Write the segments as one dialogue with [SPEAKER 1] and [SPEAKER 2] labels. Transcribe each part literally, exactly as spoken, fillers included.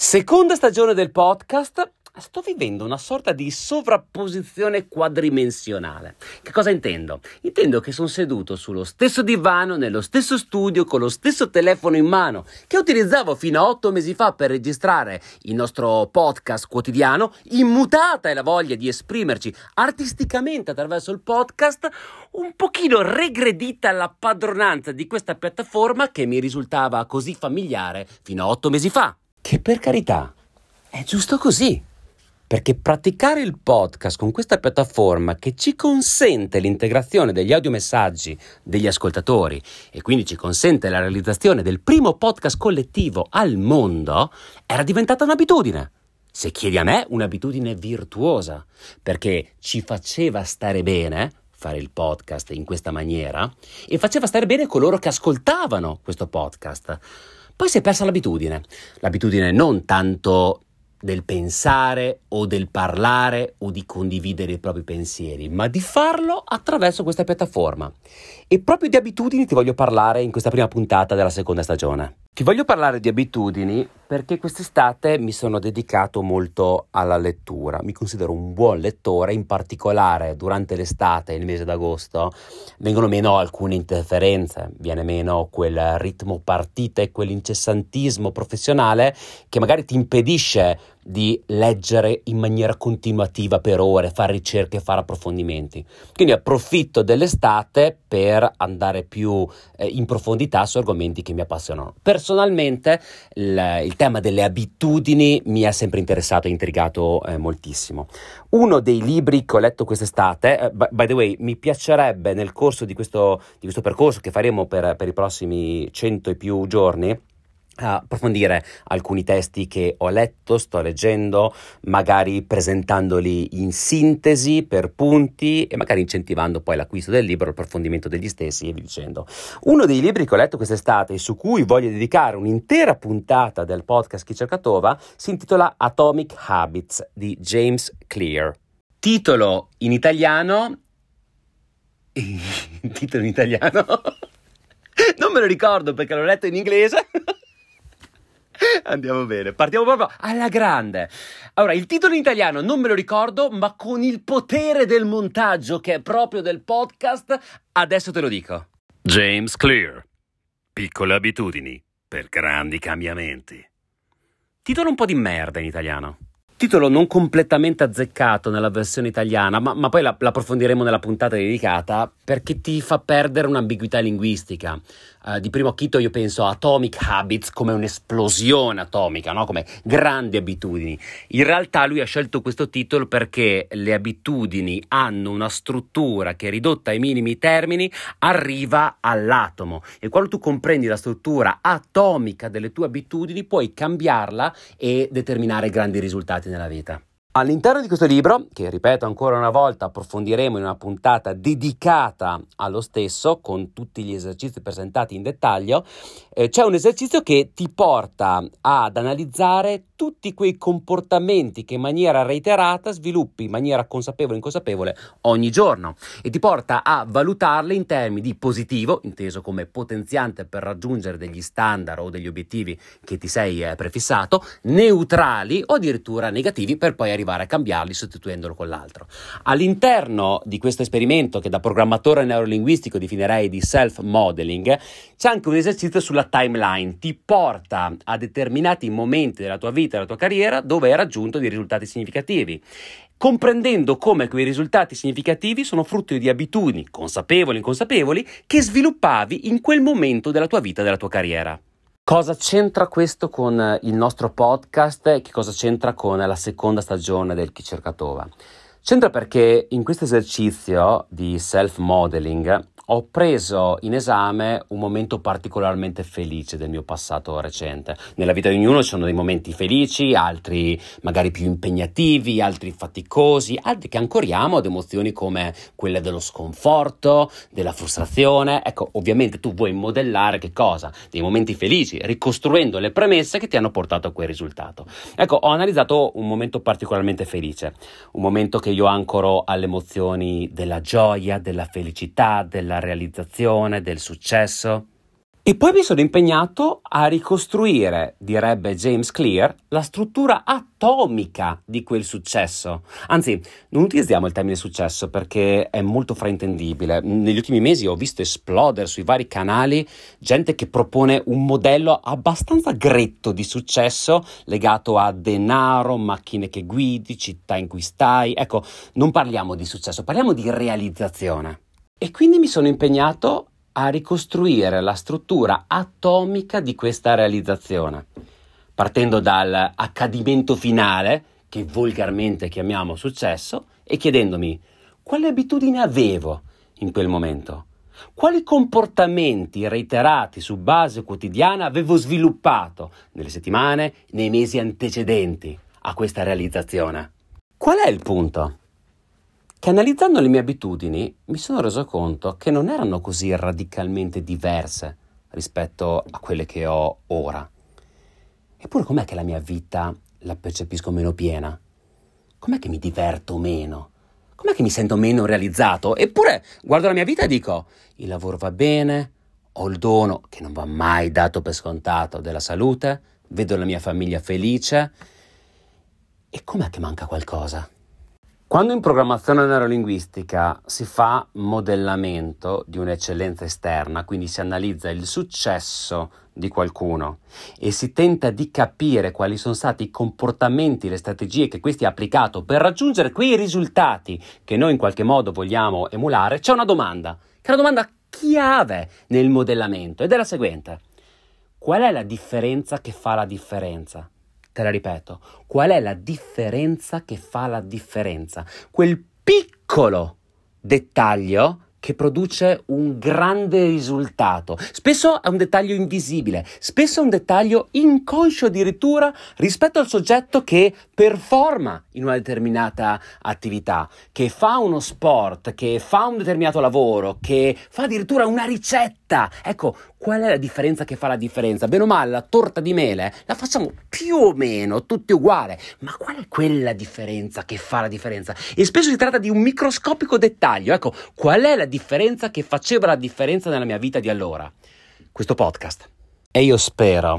[SPEAKER 1] Seconda stagione del podcast. Sto vivendo una sorta di sovrapposizione quadridimensionale. Che cosa intendo? Intendo che sono seduto sullo stesso divano, nello stesso studio, con lo stesso telefono in mano, che utilizzavo fino a otto mesi fa per registrare il nostro podcast quotidiano. Immutata è la voglia di esprimerci artisticamente attraverso il podcast, un pochino regredita la padronanza di questa piattaforma che mi risultava così familiare fino a otto mesi fa. Che per carità, è giusto così. Perché praticare il podcast con questa piattaforma che ci consente l'integrazione degli audiomessaggi degli ascoltatori e quindi ci consente la realizzazione del primo podcast collettivo al mondo era diventata un'abitudine. Se chiedi a me, un'abitudine virtuosa, perché ci faceva stare bene fare il podcast in questa maniera e faceva stare bene coloro che ascoltavano questo podcast. Poi si è persa l'abitudine. L'abitudine non tanto del pensare o del parlare o di condividere i propri pensieri, ma di farlo attraverso questa piattaforma. E proprio di abitudini ti voglio parlare in questa prima puntata della seconda stagione. Ti voglio parlare di abitudini perché quest'estate mi sono dedicato molto alla lettura. Mi considero un buon lettore, in particolare durante l'estate, il mese d'agosto, vengono meno alcune interferenze, viene meno quel ritmo partita e quell'incessantismo professionale che magari ti impedisce di leggere in maniera continuativa per ore, fare ricerche, fare approfondimenti. Quindi approfitto dell'estate per andare più eh, in profondità su argomenti che mi appassionano. Personalmente il, il tema delle abitudini mi ha sempre interessato e intrigato eh, moltissimo. Uno dei libri che ho letto quest'estate, eh, by, by the way, mi piacerebbe nel corso di questo, di questo percorso che faremo per, per i prossimi cento e più giorni, approfondire alcuni testi che ho letto, sto leggendo, magari presentandoli in sintesi per punti e magari incentivando poi l'acquisto del libro, l'approfondimento degli stessi e via dicendo. Uno dei libri che ho letto quest'estate e su cui voglio dedicare un'intera puntata del podcast Chi cerca trova si intitola Atomic Habits di James Clear. Titolo in italiano titolo in italiano non me lo ricordo perché l'ho letto in inglese. Andiamo bene, partiamo proprio alla grande. Allora, il titolo in italiano non me lo ricordo, ma con il potere del montaggio che è proprio del podcast, adesso te lo dico.
[SPEAKER 2] James Clear. Piccole abitudini per grandi cambiamenti.
[SPEAKER 1] Titolo un po' di merda in italiano. Titolo non completamente azzeccato nella versione italiana, ma, ma poi la, l'approfondiremo nella puntata dedicata, perché ti fa perdere un'ambiguità linguistica. Uh, di primo acchito io penso a Atomic Habits come un'esplosione atomica, no? Come grandi abitudini. In realtà lui ha scelto questo titolo perché le abitudini hanno una struttura che, ridotta ai minimi termini, arriva all'atomo. E quando tu comprendi la struttura atomica delle tue abitudini, puoi cambiarla e determinare grandi risultati nella vita. All'interno di questo libro, che ripeto ancora una volta approfondiremo in una puntata dedicata allo stesso, con tutti gli esercizi presentati in dettaglio, eh, c'è un esercizio che ti porta ad analizzare tutti quei comportamenti che in maniera reiterata sviluppi in maniera consapevole e inconsapevole ogni giorno e ti porta a valutarle in termini di positivo, inteso come potenziante per raggiungere degli standard o degli obiettivi che ti sei eh, prefissato, neutrali o addirittura negativi per poi arrivare a cambiarli sostituendolo con l'altro. All'interno di questo esperimento, che da programmatore neurolinguistico definirei di self-modeling, c'è anche un esercizio sulla timeline. Ti porta a determinati momenti della tua vita e della tua carriera dove hai raggiunto dei risultati significativi, comprendendo come quei risultati significativi sono frutto di abitudini, consapevoli e inconsapevoli, che sviluppavi in quel momento della tua vita e della tua carriera. Cosa c'entra questo con il nostro podcast e che cosa c'entra con la seconda stagione del Chi cerca trova? C'entra perché in questo esercizio di self-modeling ho preso in esame un momento particolarmente felice del mio passato recente. Nella vita di ognuno ci sono dei momenti felici, altri magari più impegnativi, altri faticosi, altri che ancoriamo ad emozioni come quelle dello sconforto, della frustrazione. Ecco, ovviamente tu vuoi modellare che cosa? Dei momenti felici, ricostruendo le premesse che ti hanno portato a quel risultato. Ecco, ho analizzato un momento particolarmente felice, un momento che io ancoro alle emozioni della gioia, della felicità, della realizzazione, del successo. E poi mi sono impegnato a ricostruire, direbbe James Clear, la struttura atomica di quel successo. Anzi, non utilizziamo il termine successo perché è molto fraintendibile. Negli ultimi mesi ho visto esplodere sui vari canali gente che propone un modello abbastanza gretto di successo legato a denaro, macchine che guidi, città in cui stai. Ecco, non parliamo di successo, parliamo di realizzazione. E quindi mi sono impegnato a ricostruire la struttura atomica di questa realizzazione, partendo dal accadimento finale, che volgarmente chiamiamo successo, e chiedendomi quali abitudini avevo in quel momento, quali comportamenti reiterati su base quotidiana avevo sviluppato nelle settimane, nei mesi antecedenti a questa realizzazione. Qual è il punto? Che analizzando le mie abitudini mi sono reso conto che non erano così radicalmente diverse rispetto a quelle che ho ora. Eppure com'è che la mia vita la percepisco meno piena? Com'è che mi diverto meno? Com'è che mi sento meno realizzato? Eppure guardo la mia vita e dico, il lavoro va bene, ho il dono, che non va mai dato per scontato, della salute, vedo la mia famiglia felice. E com'è che manca qualcosa? Quando in programmazione neurolinguistica si fa modellamento di un'eccellenza esterna, quindi si analizza il successo di qualcuno e si tenta di capire quali sono stati i comportamenti, le strategie che questi ha applicato per raggiungere quei risultati che noi in qualche modo vogliamo emulare, c'è una domanda, che è una domanda chiave nel modellamento ed è la seguente: qual è la differenza che fa la differenza? Te la ripeto, qual è la differenza che fa la differenza? Quel piccolo dettaglio che produce un grande risultato. Spesso è un dettaglio invisibile, spesso è un dettaglio inconscio addirittura rispetto al soggetto che performa in una determinata attività, che fa uno sport, che fa un determinato lavoro, che fa addirittura una ricetta. Ecco, qual è la differenza che fa la differenza? Bene o male, la torta di mele la facciamo più o meno tutti uguale, ma qual è quella differenza che fa la differenza? E spesso si tratta di un microscopico dettaglio. Ecco, qual è la differenza che faceva la differenza nella mia vita di allora? Questo podcast. E io spero,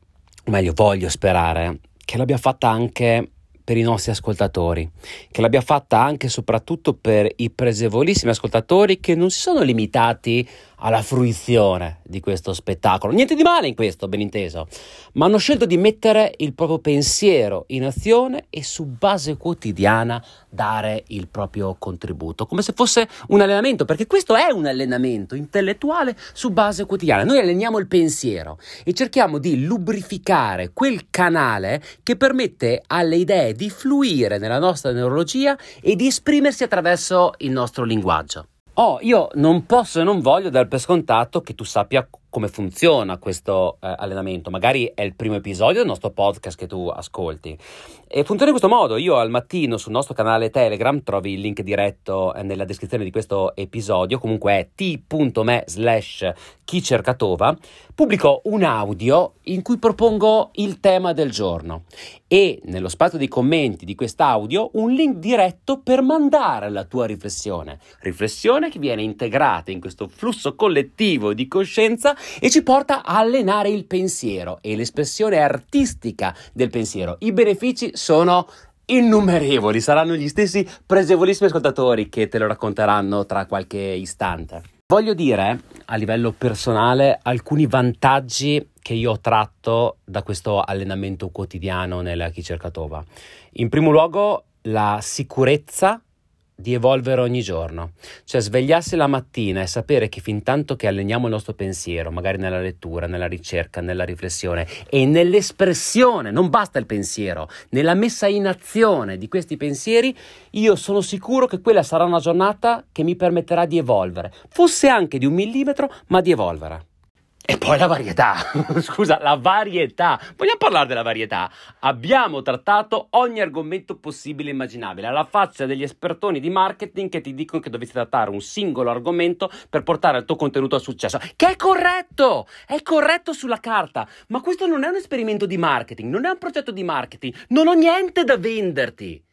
[SPEAKER 1] o meglio voglio sperare, che l'abbia fatta anche per i nostri ascoltatori, che l'abbia fatta anche e soprattutto per i presevolissimi ascoltatori che non si sono limitati alla fruizione di questo spettacolo. Niente di male in questo, ben inteso, ma hanno scelto di mettere il proprio pensiero in azione e su base quotidiana dare il proprio contributo, come se fosse un allenamento, perché questo è un allenamento intellettuale su base quotidiana. Noi alleniamo il pensiero e cerchiamo di lubrificare quel canale che permette alle idee di fluire nella nostra neurologia e di esprimersi attraverso il nostro linguaggio. Oh, io non posso e non voglio dar per scontato che tu sappia come funziona questo eh, allenamento. Magari è il primo episodio del nostro podcast che tu ascolti. E funziona in questo modo. Io al mattino sul nostro canale Telegram, trovi il link diretto eh, nella descrizione di questo episodio, comunque è t.me slash chi cerca Tova, pubblico un audio in cui propongo il tema del giorno e nello spazio dei commenti di quest'audio un link diretto per mandare la tua riflessione. Riflessione che viene integrata in questo flusso collettivo di coscienza e ci porta a allenare il pensiero e l'espressione artistica del pensiero. I benefici sono innumerevoli, saranno gli stessi presevolissimi ascoltatori che te lo racconteranno tra qualche istante. Voglio dire, a livello personale, alcuni vantaggi che io ho tratto da questo allenamento quotidiano nella Chi cerca Tova. In primo luogo, la sicurezza di evolvere ogni giorno, cioè svegliarsi la mattina e sapere che fin tanto che alleniamo il nostro pensiero, magari nella lettura, nella ricerca, nella riflessione e nell'espressione, non basta il pensiero, nella messa in azione di questi pensieri, io sono sicuro che quella sarà una giornata che mi permetterà di evolvere, fosse anche di un millimetro, ma di evolvere. E poi la varietà, scusa, la varietà, vogliamo parlare della varietà? Abbiamo trattato ogni argomento possibile e immaginabile, alla faccia degli espertoni di marketing che ti dicono che dovresti trattare un singolo argomento per portare il tuo contenuto a successo, che è corretto, è corretto sulla carta, ma questo non è un esperimento di marketing, non è un progetto di marketing, non ho niente da venderti.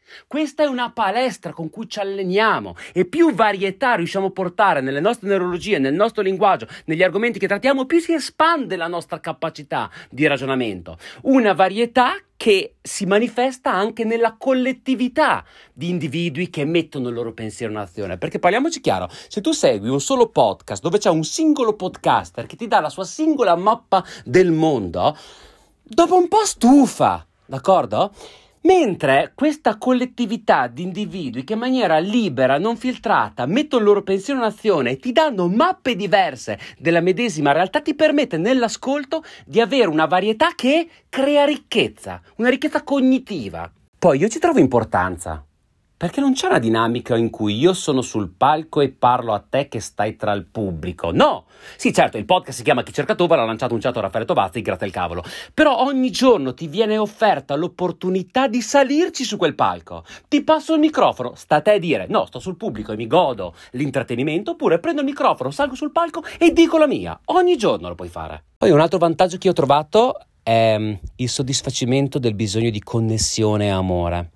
[SPEAKER 1] Questa è una palestra con cui ci alleniamo e più varietà riusciamo a portare nelle nostre neurologie, nel nostro linguaggio, negli argomenti che trattiamo, più si espande la nostra capacità di ragionamento. Una varietà che si manifesta anche nella collettività di individui che mettono il loro pensiero in azione. Perché parliamoci chiaro, se tu segui un solo podcast dove c'è un singolo podcaster che ti dà la sua singola mappa del mondo, dopo un po' stufa, d'accordo? Mentre questa collettività di individui che in maniera libera, non filtrata, mettono il loro pensiero in azione e ti danno mappe diverse della medesima realtà, ti permette nell'ascolto di avere una varietà che crea ricchezza, una ricchezza cognitiva. Poi io ci trovo importanza, perché non c'è una dinamica in cui io sono sul palco e parlo a te che stai tra il pubblico. No! Sì, certo, il podcast si chiama Chi cerca Tova, l'ha lanciato un certo Raffaele Tovazzi, grazie al cavolo. Però ogni giorno ti viene offerta l'opportunità di salirci su quel palco. Ti passo il microfono, sta a te a dire, no, sto sul pubblico e mi godo l'intrattenimento, oppure prendo il microfono, salgo sul palco e dico la mia. Ogni giorno lo puoi fare. Poi un altro vantaggio che io ho trovato è il soddisfacimento del bisogno di connessione e amore.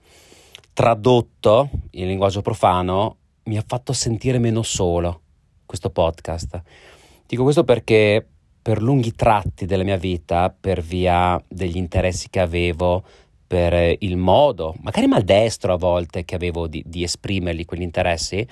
[SPEAKER 1] Tradotto in linguaggio profano, mi ha fatto sentire meno solo questo podcast. Dico questo perché per lunghi tratti della mia vita, per via degli interessi che avevo, per il modo, magari maldestro a volte, che avevo di, di esprimerli quegli interessi,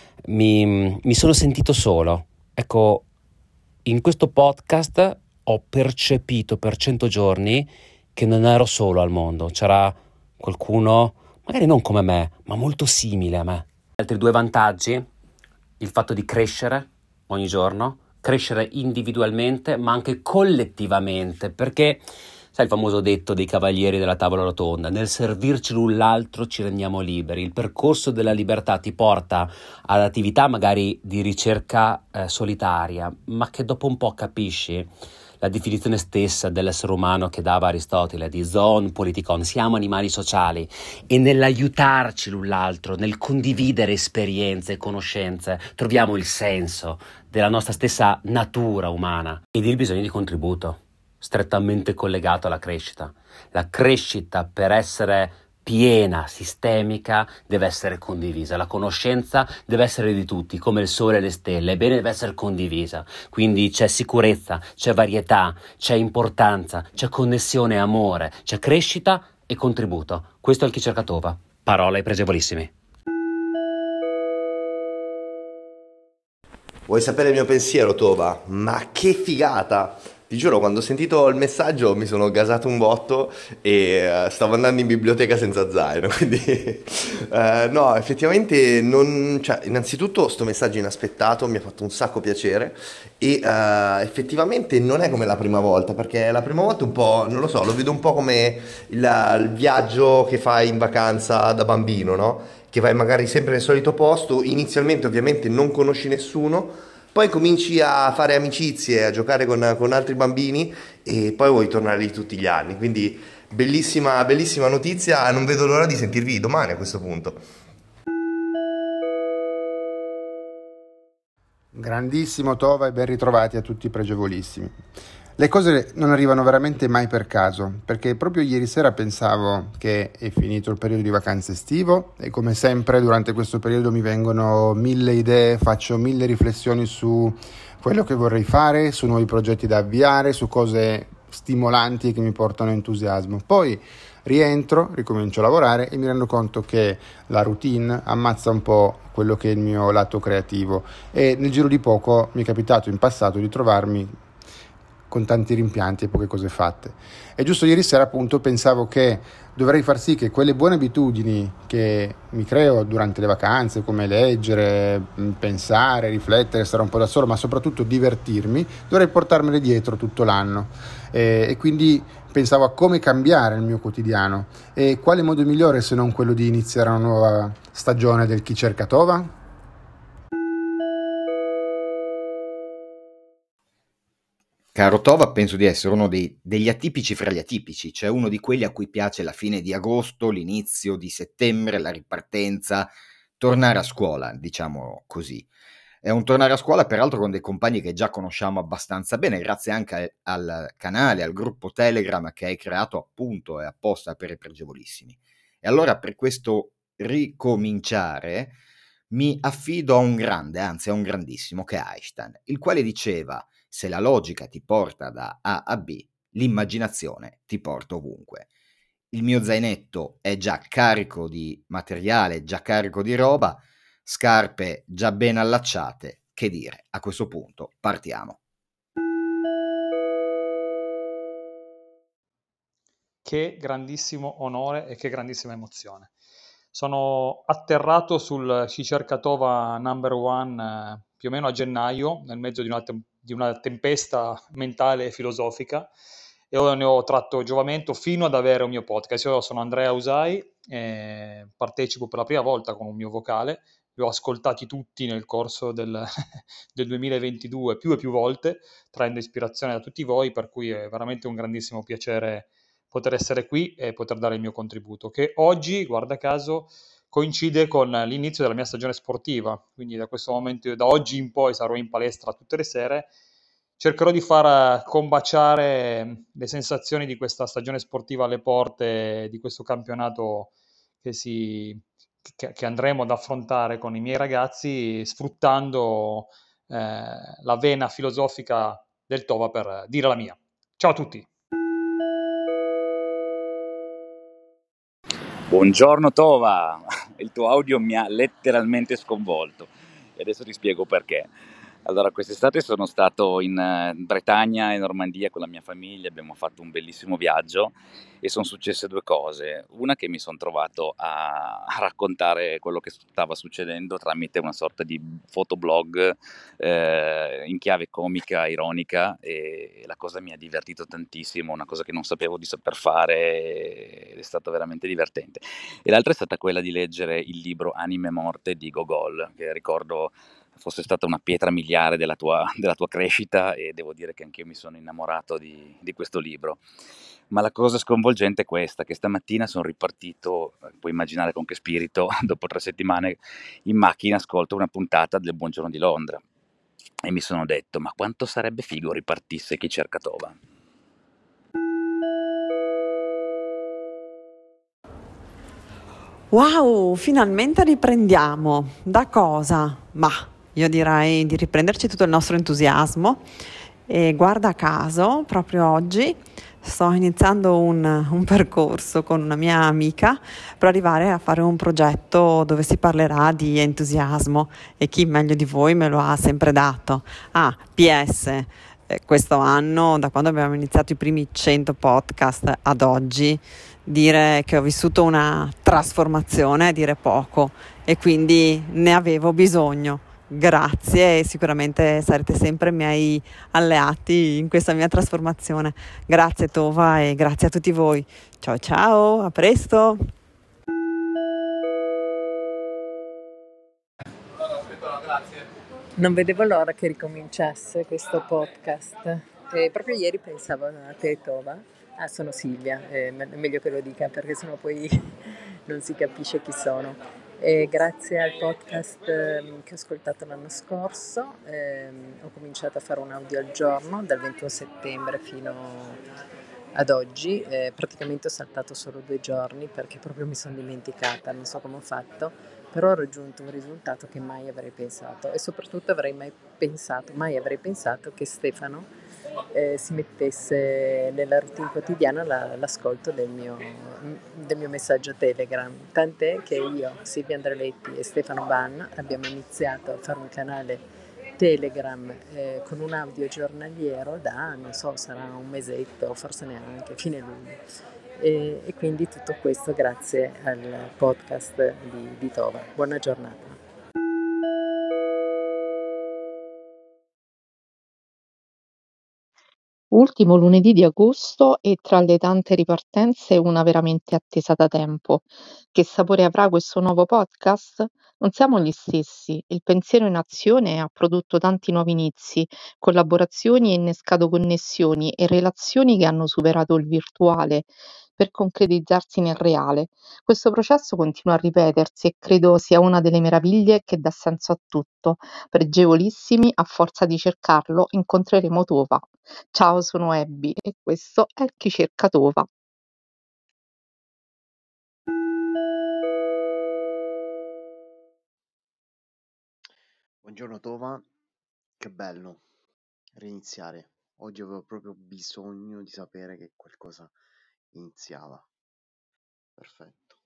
[SPEAKER 1] mi, mi sono sentito solo. Ecco, in questo podcast ho percepito per cento giorni che non ero solo al mondo, c'era qualcuno magari non come me, ma molto simile a me. Altri due vantaggi: il fatto di crescere ogni giorno, crescere individualmente ma anche collettivamente, perché sai il famoso detto dei cavalieri della tavola rotonda, nel servirci l'un l'altro ci rendiamo liberi. Il percorso della libertà ti porta ad attività magari di ricerca eh, solitaria, ma che dopo un po' capisci la definizione stessa dell'essere umano che dava Aristotele, di zoon politikon, siamo animali sociali, e nell'aiutarci l'un l'altro, nel condividere esperienze e conoscenze, troviamo il senso della nostra stessa natura umana ed il bisogno di contributo, strettamente collegato alla crescita. La crescita, per essere piena, sistemica, deve essere condivisa. La conoscenza deve essere di tutti, come il sole e le stelle, ebbene deve essere condivisa. Quindi c'è sicurezza, c'è varietà, c'è importanza, c'è connessione e amore, c'è crescita e contributo. Questo è il Chi cerca Tova. Parole pregevolissime.
[SPEAKER 3] Vuoi sapere il mio pensiero, Tova? Ma che figata! Ti giuro, quando ho sentito il messaggio mi sono gasato un botto e uh, stavo andando in biblioteca senza zaino, quindi uh, no, effettivamente non, cioè, innanzitutto sto messaggio inaspettato mi ha fatto un sacco piacere e uh, effettivamente non è come la prima volta, perché la prima volta un po', non lo so, lo vedo un po' come il, il viaggio che fai in vacanza da bambino, no? Che vai magari sempre nel solito posto, inizialmente ovviamente non conosci nessuno, poi cominci a fare amicizie, a giocare con, con altri bambini e poi vuoi tornare lì tutti gli anni. Quindi bellissima, bellissima notizia, non vedo l'ora di sentirvi domani a questo punto.
[SPEAKER 4] Grandissimo Tova e ben ritrovati a tutti i pregevolissimi. Le cose non arrivano veramente mai per caso, perché proprio ieri sera pensavo che è finito il periodo di vacanze estivo e come sempre durante questo periodo mi vengono mille idee, faccio mille riflessioni su quello che vorrei fare, su nuovi progetti da avviare, su cose stimolanti che mi portano entusiasmo. Poi rientro, ricomincio a lavorare e mi rendo conto che la routine ammazza un po' quello che è il mio lato creativo e nel giro di poco mi è capitato in passato di trovarmi con tanti rimpianti e poche cose fatte. E giusto ieri sera appunto pensavo che dovrei far sì che quelle buone abitudini che mi creo durante le vacanze, come leggere, pensare, riflettere, stare un po' da solo, ma soprattutto divertirmi, dovrei portarmele dietro tutto l'anno. E, e quindi pensavo a come cambiare il mio quotidiano e quale modo migliore se non quello di iniziare una nuova stagione del Chi cerca Tova?
[SPEAKER 5] Caro Tova, penso di essere uno dei, degli atipici fra gli atipici, cioè uno di quelli a cui piace la fine di agosto, l'inizio di settembre, la ripartenza, tornare a scuola, diciamo così. È un tornare a scuola peraltro con dei compagni che già conosciamo abbastanza bene, grazie anche al canale, al gruppo Telegram che hai creato appunto e apposta per i pregevolissimi. E allora per questo ricominciare, mi affido a un grande, anzi a un grandissimo, che è Einstein, il quale diceva: se la logica ti porta da A a B, l'immaginazione ti porta ovunque. Il mio zainetto è già carico di materiale, già carico di roba, scarpe già ben allacciate. Che dire, a questo punto partiamo.
[SPEAKER 6] Che grandissimo onore e che grandissima emozione. Sono atterrato sul Cicercatova number one eh, più o meno a gennaio, nel mezzo di una, tem- di una tempesta mentale e filosofica, e ora ne ho tratto giovamento fino ad avere un mio podcast. Io sono Andrea Usai, e partecipo per la prima volta con un mio vocale, li ho ascoltati tutti nel corso del, del duemilaventidue più e più volte, traendo ispirazione da tutti voi, per cui è veramente un grandissimo piacere poter essere qui e poter dare il mio contributo, che oggi, guarda caso, coincide con l'inizio della mia stagione sportiva, quindi da questo momento, da oggi in poi sarò in palestra tutte le sere. Cercherò di far combaciare le sensazioni di questa stagione sportiva alle porte, di questo campionato che, si, che, che andremo ad affrontare con i miei ragazzi, sfruttando eh, la vena filosofica del Tova per dire la mia. Ciao a tutti!
[SPEAKER 7] Buongiorno Tova, il tuo audio mi ha letteralmente sconvolto e adesso ti spiego perché. Allora, quest'estate sono stato in eh, Bretagna e Normandia con la mia famiglia, abbiamo fatto un bellissimo viaggio e sono successe due cose. Una, che mi sono trovato a, a raccontare quello che stava succedendo tramite una sorta di fotoblog eh, in chiave comica, ironica, e la cosa mi ha divertito tantissimo, una cosa che non sapevo di saper fare ed è stato veramente divertente. E l'altra è stata quella di leggere il libro Anime Morte di Gogol, che ricordo fosse stata una pietra miliare della tua, della tua crescita, e devo dire che anch'io mi sono innamorato di, di questo libro. Ma la cosa sconvolgente è questa, che stamattina sono ripartito, eh, puoi immaginare con che spirito, dopo tre settimane in macchina ascolto una puntata del Buongiorno di Londra e mi sono detto: ma quanto sarebbe figo ripartisse Chi cerca Tova.
[SPEAKER 8] Wow, finalmente riprendiamo. Da cosa? Ma io direi di riprenderci tutto il nostro entusiasmo e guarda caso, proprio oggi sto iniziando un, un percorso con una mia amica per arrivare a fare un progetto dove si parlerà di entusiasmo e chi meglio di voi me lo ha sempre dato. Ah, P S. eh, Questo anno, da quando abbiamo iniziato i primi cento podcast ad oggi, dire che ho vissuto una trasformazione è dire poco e quindi ne avevo bisogno. Grazie e sicuramente sarete sempre miei alleati in questa mia trasformazione. Grazie Tova e grazie a tutti voi. Ciao ciao, a presto!
[SPEAKER 9] Non vedevo l'ora che ricominciasse questo podcast. E proprio ieri pensavo a te, Tova. Ah, sono Silvia, è me- meglio che lo dica perché sennò poi non si capisce chi sono. E grazie al podcast ehm, che ho ascoltato l'anno scorso, ehm, ho cominciato a fare un audio al giorno dal ventuno settembre fino ad oggi. Eh, praticamente ho saltato solo due giorni perché proprio mi sono dimenticata, non so come ho fatto, però ho raggiunto un risultato che mai avrei pensato e soprattutto avrei mai pensato, mai avrei pensato che Stefano eh, si mettesse nella routine quotidiana la- l'ascolto del mio, del mio messaggio Telegram, tant'è che io, Silvia Andreletti e Stefano Ban abbiamo iniziato a fare un canale Telegram eh, con un audio giornaliero da, non so, sarà un mesetto, forse neanche, fine luglio. E, e quindi tutto questo grazie al podcast di, di Tova. Buona giornata.
[SPEAKER 10] Ultimo lunedì di agosto e tra le tante ripartenze una veramente attesa da tempo. Che sapore avrà questo nuovo podcast? Non siamo gli stessi. Il pensiero in azione ha prodotto tanti nuovi inizi, collaborazioni e innescato connessioni e relazioni che hanno superato il virtuale per concretizzarsi nel reale. Questo processo continua a ripetersi e credo sia una delle meraviglie che dà senso a tutto. Pregevolissimi, a forza di cercarlo, incontreremo Tova. Ciao, sono Abby e questo è Chi cerca Tova.
[SPEAKER 11] Buongiorno Tova, che bello riniziare. Oggi avevo proprio bisogno di sapere che qualcosa iniziava. Perfetto.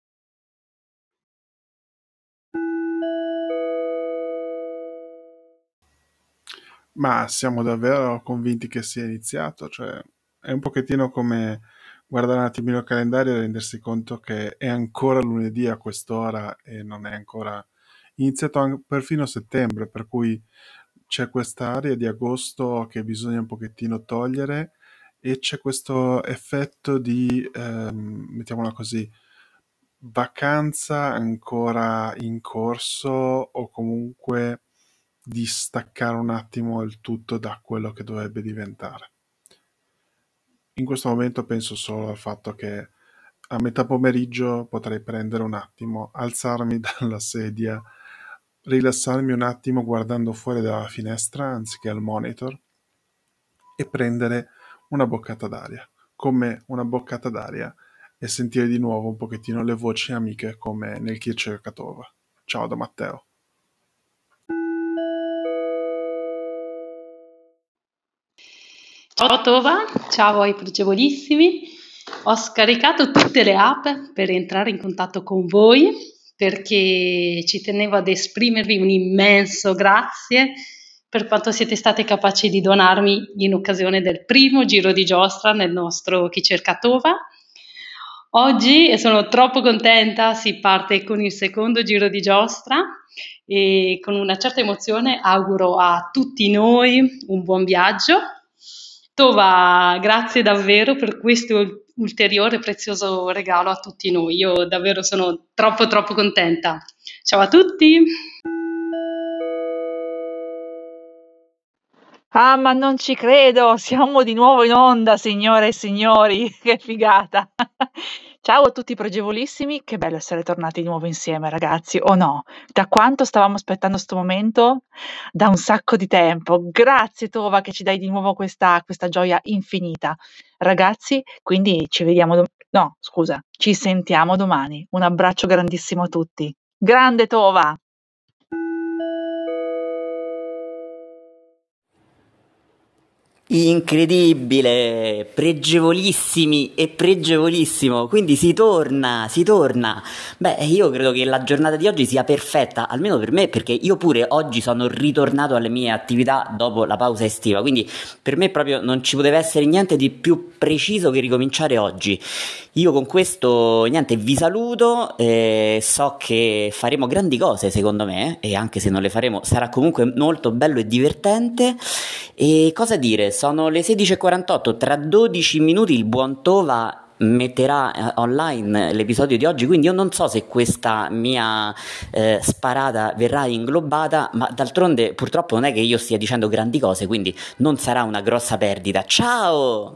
[SPEAKER 12] Ma siamo davvero convinti che sia iniziato? Cioè, è un pochettino come guardare un attimino il calendario e rendersi conto che è ancora lunedì a quest'ora e non è ancora iniziato an- perfino settembre, per cui c'è questa aria di agosto che bisogna un pochettino togliere e c'è questo effetto di, ehm, mettiamola così, vacanza ancora in corso o comunque di staccare un attimo il tutto da quello che dovrebbe diventare. In questo momento penso solo al fatto che a metà pomeriggio potrei prendere un attimo, alzarmi dalla sedia, rilassarmi un attimo guardando fuori dalla finestra anziché al monitor e prendere una boccata d'aria, come una boccata d'aria e sentire di nuovo un pochettino le voci amiche come nel Kirchekatova. Ciao da Matteo.
[SPEAKER 13] Ciao Tova, ciao ai pregevolissimi. Ho scaricato tutte le app per entrare in contatto con voi perché ci tenevo ad esprimervi un immenso grazie per quanto siete state capaci di donarmi in occasione del primo giro di giostra nel nostro Chi cerca Tova. Oggi sono troppo contenta, si parte con il secondo giro di giostra e con una certa emozione auguro a tutti noi un buon viaggio. Tova, grazie davvero per questo ulteriore prezioso regalo a tutti noi. Io davvero sono troppo troppo contenta. Ciao a tutti!
[SPEAKER 14] Ah, ma non ci credo, siamo di nuovo in onda, signore e signori, che figata. Ciao a tutti pregevolissimi, che bello essere tornati di nuovo insieme, ragazzi, o no? Da quanto stavamo aspettando sto momento? Da un sacco di tempo. Grazie Tova che ci dai di nuovo questa, questa gioia infinita. Ragazzi, quindi ci vediamo domani. No, scusa, ci sentiamo domani. Un abbraccio grandissimo a tutti. Grande Tova!
[SPEAKER 15] Incredibile, pregevolissimi e pregevolissimo, quindi si torna, si torna. Beh, io credo che la giornata di oggi sia perfetta, almeno per me, perché io pure oggi sono ritornato alle mie attività dopo la pausa estiva, quindi per me proprio non ci poteva essere niente di più preciso che ricominciare oggi. Io con questo, niente, vi saluto, eh, so che faremo grandi cose secondo me, e anche se non le faremo sarà comunque molto bello e divertente. E cosa dire, sono le sedici e quarantotto, tra dodici minuti il buon Tova metterà eh, online l'episodio di oggi, quindi io non so se questa mia eh, sparata verrà inglobata, ma d'altronde purtroppo non è che io stia dicendo grandi cose, quindi non sarà una grossa perdita. Ciao!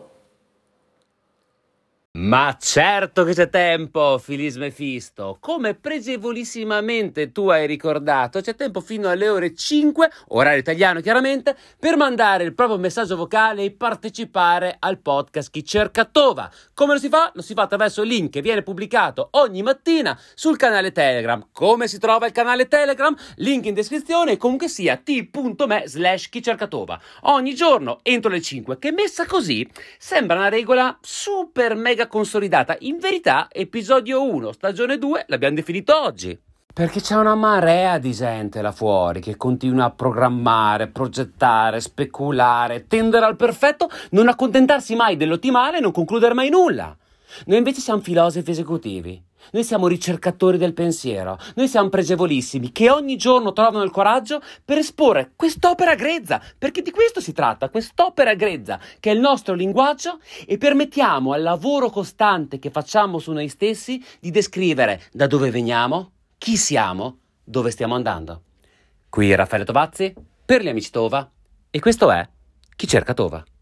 [SPEAKER 1] Ma certo che c'è tempo, Filis Mefisto. Come pregevolissimamente tu hai ricordato, c'è tempo fino alle ore cinque, orario italiano chiaramente, per mandare il proprio messaggio vocale e partecipare al podcast Chi cerca Tova. Come lo si fa? Lo si fa attraverso il link che viene pubblicato ogni mattina sul canale Telegram. Come si trova il canale Telegram? Link in descrizione e comunque sia t.me slash chi cerca Tova. Ogni giorno entro le cinque, che messa così sembra una regola super mega consolidata. In verità, episodio uno, stagione due, l'abbiamo definito oggi. Perché c'è una marea di gente là fuori che continua a programmare, progettare, speculare, tendere al perfetto, non accontentarsi mai dell'ottimale e non concludere mai nulla. Noi invece siamo filosofi esecutivi. Noi siamo ricercatori del pensiero, noi siamo pregevolissimi che ogni giorno trovano il coraggio per esporre quest'opera grezza, perché di questo si tratta, quest'opera grezza che è il nostro linguaggio, e permettiamo al lavoro costante che facciamo su noi stessi di descrivere da dove veniamo, chi siamo, dove stiamo andando. Qui è Raffaele Tovazzi per gli amici Tova e questo è Chi cerca Tova.